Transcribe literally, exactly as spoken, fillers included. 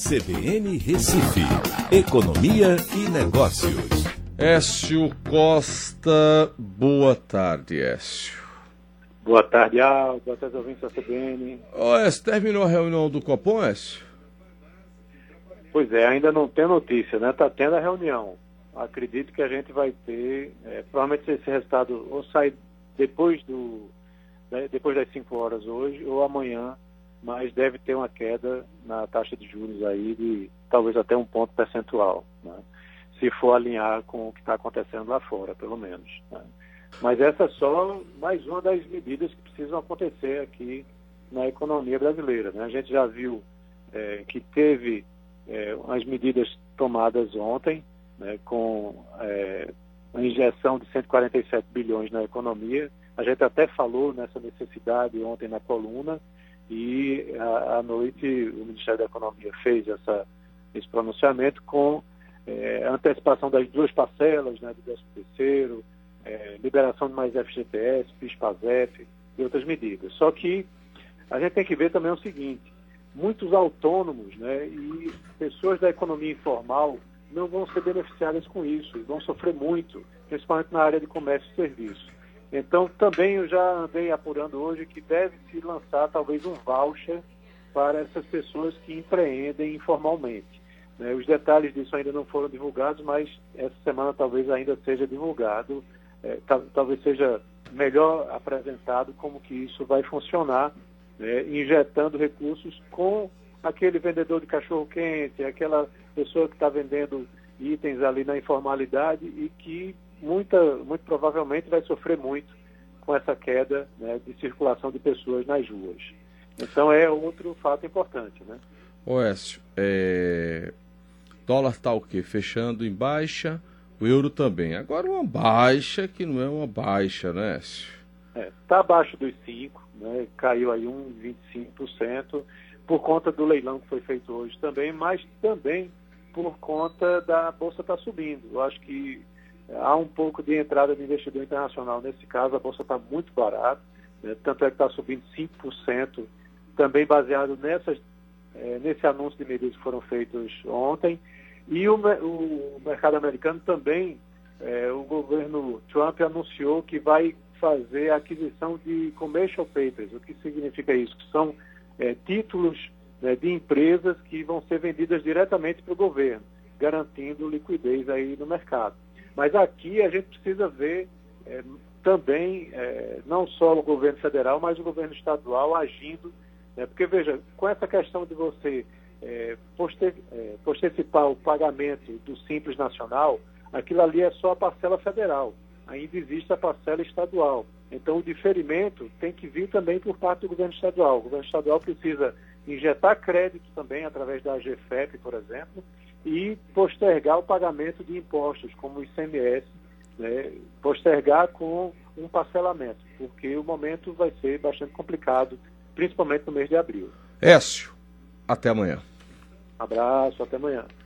C B N Recife, Economia e Negócios. Écio Costa, boa tarde, Écio. Boa tarde, Aldo. Boa tarde, ouvintes da C B N. Ô, Écio, terminou a reunião do Copom, Écio? Pois é, ainda não tem notícia, né? Está tendo a reunião. Acredito que a gente vai ter, é, provavelmente esse resultado ou sai depois, do, depois das cinco horas hoje ou amanhã, mas deve ter uma queda na taxa de juros aí de talvez até um ponto percentual, né? Se for alinhar com o que está acontecendo lá fora, pelo menos, né? Mas essa é só mais uma das medidas que precisam acontecer aqui na economia brasileira, né? A gente já viu é, que teve é, as medidas tomadas ontem, né, com é, uma injeção de cento e quarenta e sete bilhões na economia. A gente até falou nessa necessidade ontem na coluna e à, à noite o Ministério da Economia fez essa, esse pronunciamento com é, a antecipação das duas parcelas, né, do décimo terceiro, É, liberação de mais F G T S, PIS/PASEF e outras medidas. Só que a gente tem que ver também o seguinte: muitos autônomos, né, e pessoas da economia informal não vão ser beneficiadas com isso, vão sofrer muito, principalmente na área de comércio e serviço. Então, também eu já andei apurando hoje que deve se lançar talvez um voucher para essas pessoas que empreendem informalmente. Né? Os detalhes disso ainda não foram divulgados, mas essa semana talvez ainda seja divulgado. É, talvez seja melhor apresentado como que isso vai funcionar, né, injetando recursos com aquele vendedor de cachorro-quente, aquela pessoa que está vendendo itens ali na informalidade e que muita, muito provavelmente vai sofrer muito com essa queda, né, de circulação de pessoas nas ruas. Então é outro fato importante, né? Ô Écio, é... dólar está o quê? Fechando em baixa... O euro também. Agora uma baixa que não é uma baixa, né, Écio? É, está abaixo dos cinco, né? Caiu aí um vinte e cinco por cento por conta do leilão que foi feito hoje também, mas também por conta da Bolsa estar tá subindo. Eu acho que há um pouco de entrada de investidor internacional. Nesse caso, a Bolsa está muito barata, né? Tanto é que está subindo cinco por cento, também baseado nessas, é, nesse anúncio de medidas que foram feitos ontem. E o, o mercado americano também, é, o governo Trump anunciou que vai fazer a aquisição de commercial papers. O que significa isso? Que são é, títulos, né, de empresas que vão ser vendidas diretamente para o governo, garantindo liquidez aí no mercado. Mas aqui a gente precisa ver é, também, é, não só o governo federal, mas o governo estadual agindo, né, porque, veja, com essa questão de você É, poster, é, postecipar o pagamento do Simples Nacional, aquilo ali é só a parcela federal, ainda existe a parcela estadual. Então o diferimento tem que vir também por parte do governo estadual. O governo estadual precisa injetar crédito também através da A G F E P, por exemplo, e postergar o pagamento de impostos, como o I C M S, né, postergar com um parcelamento, porque o momento vai ser bastante complicado, principalmente no mês de abril. Écio, até amanhã. Abraço, até amanhã.